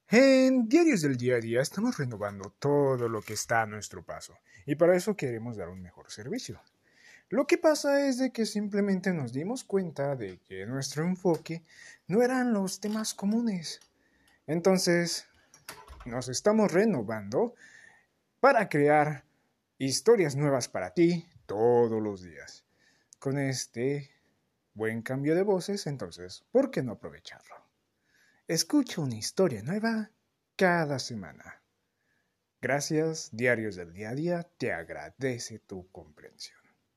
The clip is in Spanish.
En Diarios del Día a Día estamos renovando todo lo que está a nuestro paso y para eso queremos dar un mejor servicio. Lo que pasa es de que simplemente nos dimos cuenta de que nuestro enfoque no eran los temas comunes. Entonces nos estamos renovando para crear historias nuevas para ti todos los días. Con este buen cambio de voces, entonces, ¿por qué no aprovecharlo? Escucha una historia nueva cada semana. Gracias, Diarios del Día a Día te agradece tu comprensión.